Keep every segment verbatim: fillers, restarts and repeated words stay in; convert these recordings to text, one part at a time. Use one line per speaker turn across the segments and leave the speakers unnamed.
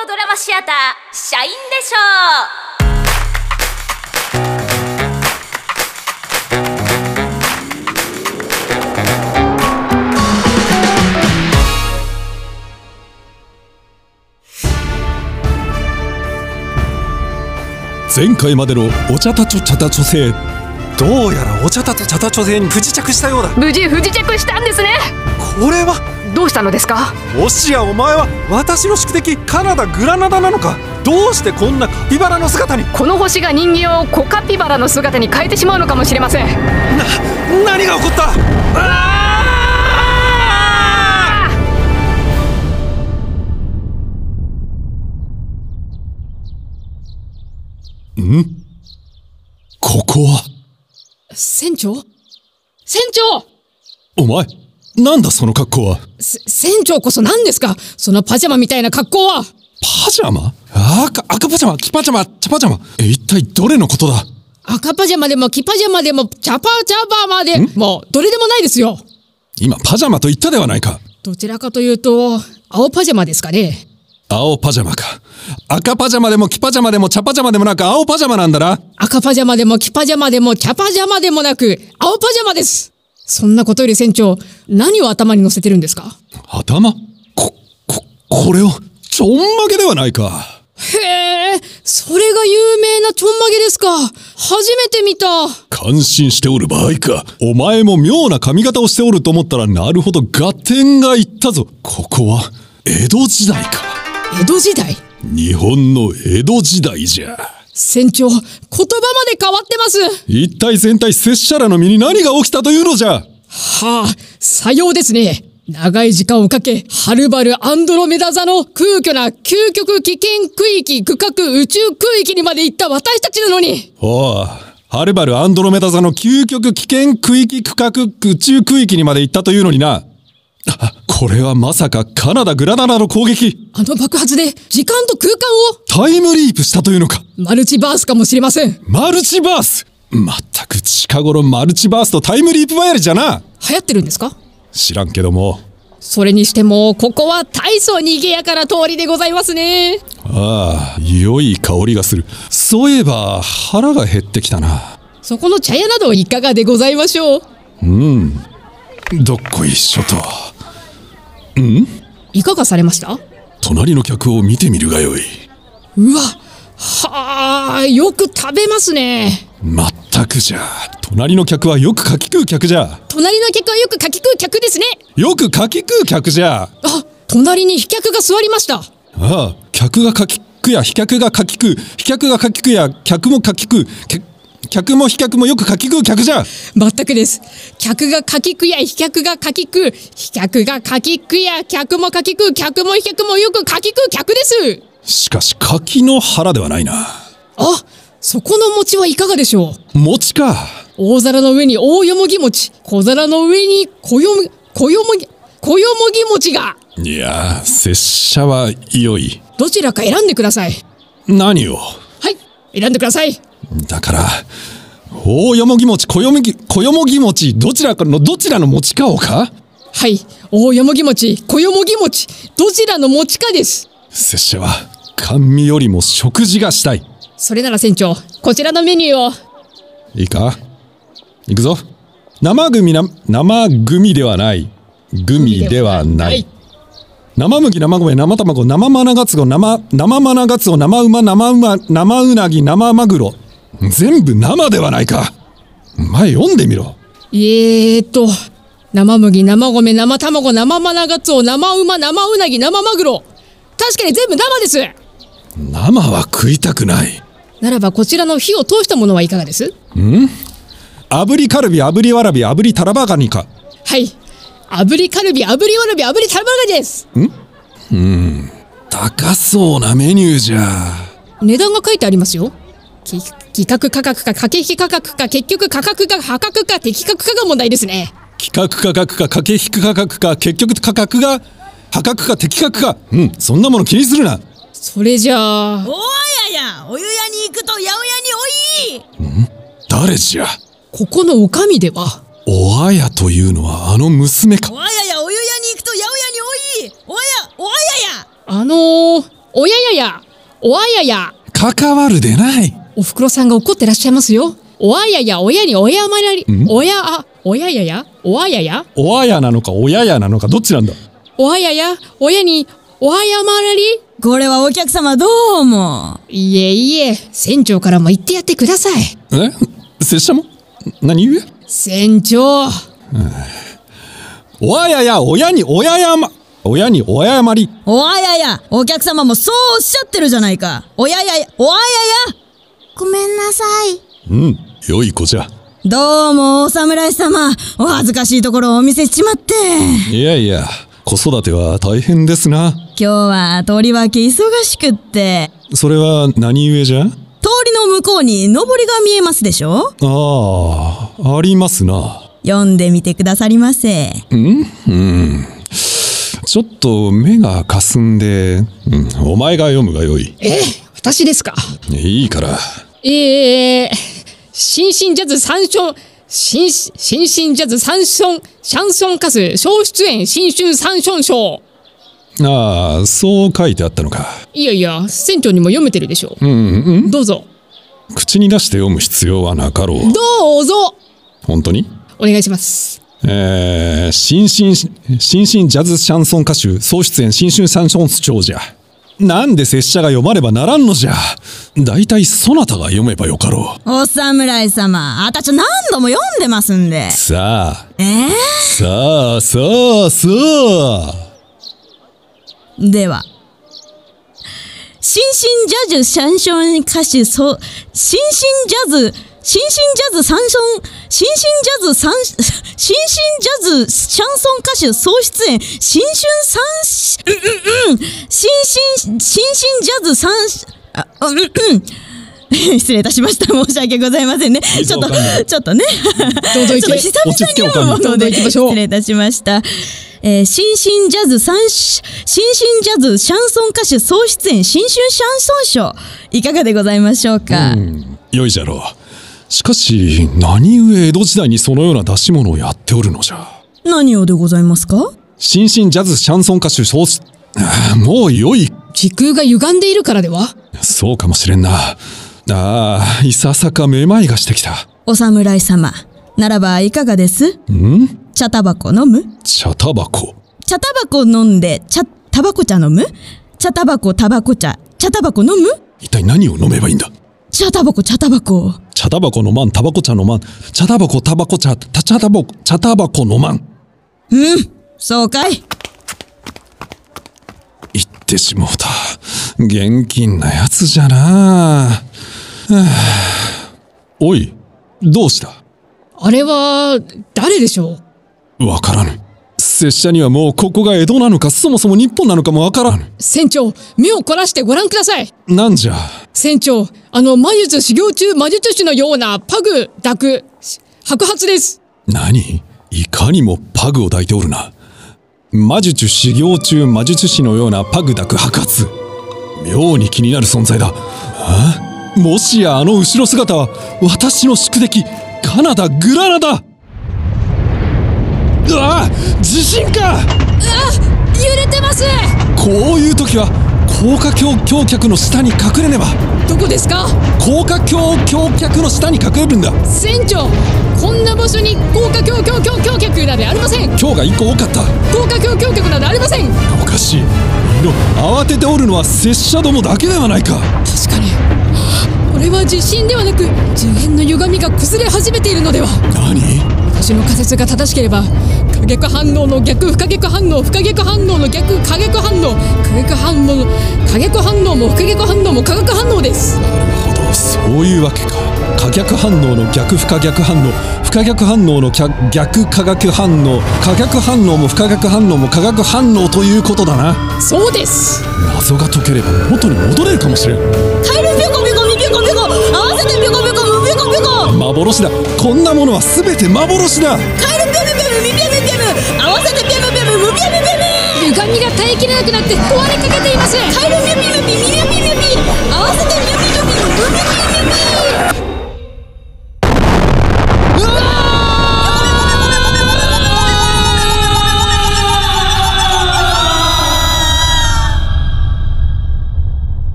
京ドラマシアター社員でしょ
う。前回までのお茶たちょ茶たちょ星、
どうやらお茶たと茶たちょ星に不時着したようだ。
無事不時着したんですね。
これは
どうしたのですか？
もしやお前は私の宿敵カナダグラナダなのか。どうしてこんなカピバラの姿に。
この星が人間をコカピバラの姿に変えてしまうのかもしれません。
な、何が起こった。あ
ーんここは。
船長船長
お前なんだその格好は。
船長こそ何ですかそのパジャマみたいな格好は。
パジャマ？赤、赤パジャマ、黄パジャマ、茶パジャマ。え、一体どれのことだ。
赤パジャマでも黄パジャマでも茶パジャマまでもうどれでもないですよ。
今パジャマと言ったではないか。
どちらかというと青パジャマですかね。
青パジャマか。赤パジャマでも黄パジャマでも茶パジャマでもなく青パジャマなんだな。
赤パジャマでも黄パジャマでも茶パジャマでもなく青パジャマです。そんなことより船長、何を頭に乗せてるんですか？
頭？こ、こ、これをちょんまげではないか。
へえ、それが有名なちょんまげですか。初めて見た。
感心しておる場合か。お前も妙な髪型をしておると思ったら、なるほど合点がいったぞ。ここは江戸時代か。
江戸時代？
日本の江戸時代じゃ。
船長、言葉まで変わってます。
一体全体拙者らの身に何が起きたというのじゃ。
はあ、さようですね。長い時間をかけ、はるばるアンドロメダ座の空虚な究極危険区域区画宇宙空域にまで行った私たちなのに。
おう、はるばるアンドロメダ座の究極危険区域区画宇宙空域にまで行ったというのにな。あ、これはまさかカナダグラナダの攻撃。
あの爆発で時間と空間を
タイムリープしたというのか。
マルチバースかもしれません。
マルチバース。まったく近頃マルチバースとタイムリープばやりじゃな。
流行ってるんですか？
知らんけども。
それにしてもここは大層賑やかな通りでございますね。
ああ、良い香りがする。そういえば腹が減ってきたな。
そこの茶屋などいかがでございましょう？
うん、どっこいしょと。ん？
いかがされました？
隣の客を見てみるがよい。
うわ、はあ、よく食べますね。
まったくじゃ。隣の客はよくかき食う客じゃ。
隣の客はよくかき食う客ですね。
よくかき食う客じゃ。
あ、隣に飛脚が座りました。
ああ、客がかき食や飛脚がかき食う、飛脚がかき食や客もかき食う、客も飛脚もよくかき食う客じゃ。
まったくです。客がかき食や飛脚がかき食う、飛脚がかき食や客もかき食う、客も飛脚もよくかき食う客です。
しかし柿の腹ではないな。
あ、そこの餅はいかがでしょう？
餅か。
大皿の上に大よもぎ餅、小皿の上に小よもぎ、小よもぎ、小よもぎ餅が。
いや、拙者は良い。
どちらか選んでください。
何を？
はい、選んでください。
だから大よもぎ餅、小よもぎ、小よもぎ餅、どちらかのどちらの餅かをか？
はい、大よもぎ餅、小よもぎ餅、どちらの餅かです。
拙者は甘味よりも食事がしたい。
それなら船長、こちらのメニューを。
いいか？いくぞ。生グミな、生グミではない。グミではない。生麦、生米、生卵、生マナガツオ、生、生マナガツオ、生馬、生馬、生うなぎ、生マグロ。全部生ではないか。前読んでみろ。
えーっと、生麦、生米、生卵、生マナガツオ、生馬、生うなぎ、生マグロ。確かに全部生です。
生は食いたくない。
ならばこちらの火を通したものはいかがです？
ん？炙りカルビ、炙りわらび、炙りタラバガニか。
はい、炙りカルビ、炙りわらび、炙りタラバガニです。
ん？うん、高そうなメニューじゃ。
値段が書いてありますよ。き企画価格か駆け引き価格か結局価格が破格か的確かが問題ですね。
企画価格か駆け引き価格か結局価格が破格か的確か。うん、そんなもの気にするな。
それじゃあ。
おあやや、お湯屋に行くと八百屋におい。
ん？誰じゃ？
ここのお上では。
おあやというのはあの娘か。
おあやや、お湯屋に行くと八百屋におい。おあや、おあやや。
あのー、 おややや、おあやや。
関わるでない。
おふくろさんが怒ってらっしゃいますよ。おあやや、親に親まり、おやあ、おややや、おあやや。
おあやなのかおややなのかどっちなんだ。
おあやや、親におあやまり。
これはお客様どうも。
いえいえ、船長からも言ってやってください。
え、拙者も何言う。
船長。
おあやや、親に親やま、親に親やまり。
おあやや、お客様もそうおっしゃってるじゃないか。おややや、おあやや。ごめんなさい。
うん、良い子じゃ。
どうもお侍様、お恥ずかしいところをお見せしちまって。
いやいや、子育ては大変ですな。
今日はとりわけ忙しくって。
それは何故じゃ。
通りの向こうに上りが見えますでしょ。
ああ、ありますな。
読んでみてくださりませ。
うんうん。ちょっと目がかすんで、うん、お前が読むがよい。
え、私ですか。
いいから。
えー、新進ジャズ三章、新、新進ジャズ三章、シャンソン歌手、小出演新春三章賞。
ああ、そう書いてあったのか。
いやいや、船長にも読めてるでしょう。
うんうん。
どうぞ。
口に出して読む必要はなかろう。
どうぞ。
本当に
お願いします。
えー、新進、新進ジャズシャンソン歌手、総出演新春シャンソン賞じゃ。なんで拙者が読まねばならんのじゃ。だいたいそなたが読めばよかろう。
お侍様、あたち何度も読んでますんで。
さあ。
えー、
さあ、さあ、さあ。
では。新進ジャズシャンソン歌手、そ、新進ジャズ、新進ジャズ三ソン、新進ジャズ三、新進ジャズシャンソン歌手総出演、新春三、うんうんうん、新進、新進ジャズ三、あ、うんうん。失礼いたしました。申し訳ございませんね。ちょっと、ちょっとね。
どうぞ行きましょう。
久々に読むので、失礼いたしました。えー、新進ジャズ三、新進ジャズシャンソン歌手総出演新春シャンソン賞。いかがでございましょうか。
うん、良いじゃろう。しかし、何故江戸時代にそのような出し物をやっておるのじゃ。
何をでございますか。
新進ジャズシャンソン歌手総出、もう良い。
時空が歪んでいるからでは。
そうかもしれんな。ああ、いささかめまいがしてきた。
お侍様、ならばいかがです？
ん？
茶タバコ飲む？
茶タバコ。
茶タバコ飲んで、茶、タバコ茶飲む？茶タバコ、タバコ茶、茶タバコ飲む？
一体何を飲めばいいんだ？
茶タバコ、茶タバコ。
茶タバコのまん、タバコ茶のまん。茶タバコ、タバコ茶、た茶タバコ、茶タバコのまん。
うん、そうかい。
言ってしもうた。現金なやつじゃな。はあ、おい、どうした？
あれは、誰でしょ
う？わからぬ。拙者にはもうここが江戸なのか、そもそも日本なのかもわからぬ。
船長、目を凝らしてご覧ください。
なんじゃ。
船長、あの魔術修行中魔術師のようなパグ、抱く、白髪です。
何？いかにもパグを抱いておるな。魔術修行中魔術師のようなパグ抱く白髪。妙に気になる存在だ。あ？もしやあの後ろ姿は私の宿敵カナダ・グラナダ。うわ！地震か！
あ、揺れてます。
こういう時は高架橋橋脚の下に隠れねば。
どこですか？
高架橋橋脚の下に隠れるんだ。
船長、こんな場所に高架橋橋橋橋脚などありません。
今日が一個多かった。
高架橋橋脚などありません。
おかしい。の慌てておるのは拙者どもだけではないか。
確かに。これは地震ではなく次元の歪みが崩れ始めているのでは。
何？
私の仮説が正しければ、可逆反応の逆不可逆反応、不可逆反応の逆可逆反応、可逆反応の可逆反応も不可逆反応も可逆反応です。
なるほど、そういうわけか。可逆反応の逆不可逆反応、不可逆反応の逆可逆反応、可逆反応も不可逆反応も可逆反応ということだな。
そうです。
謎が解ければ元に戻れるかもしれん。
カエルピョコピョコミピョコピョコ、合わせてピョコピョコムピョコピョコ。
幻だ。こんなものは全て幻だ。
カエルピョムピョムミピョムピョム、合わせてピョムピョムムピョムピョム。
歪みが耐えきれなくなって壊れかけています。
カエルピョピョピミピョピミピ、合わせてミピピョピムムピピミピ。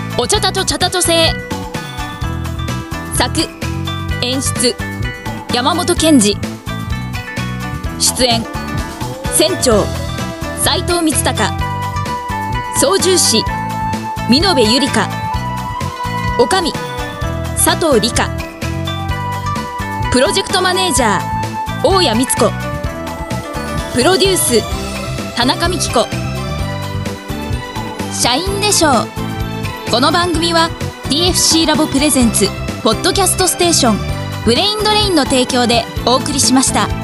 お茶たちょ茶たちょ製。作演出山本賢治。出演船長斉藤光孝。操縦士美濃部ゆりか。おかみ佐藤理香。プロジェクトマネージャー大谷光子。プロデュース田中美希子。社員でしょう。この番組は ティーエフシー ラボプレゼンツポッドキャストステーションブレインドレインの提供でお送りしました。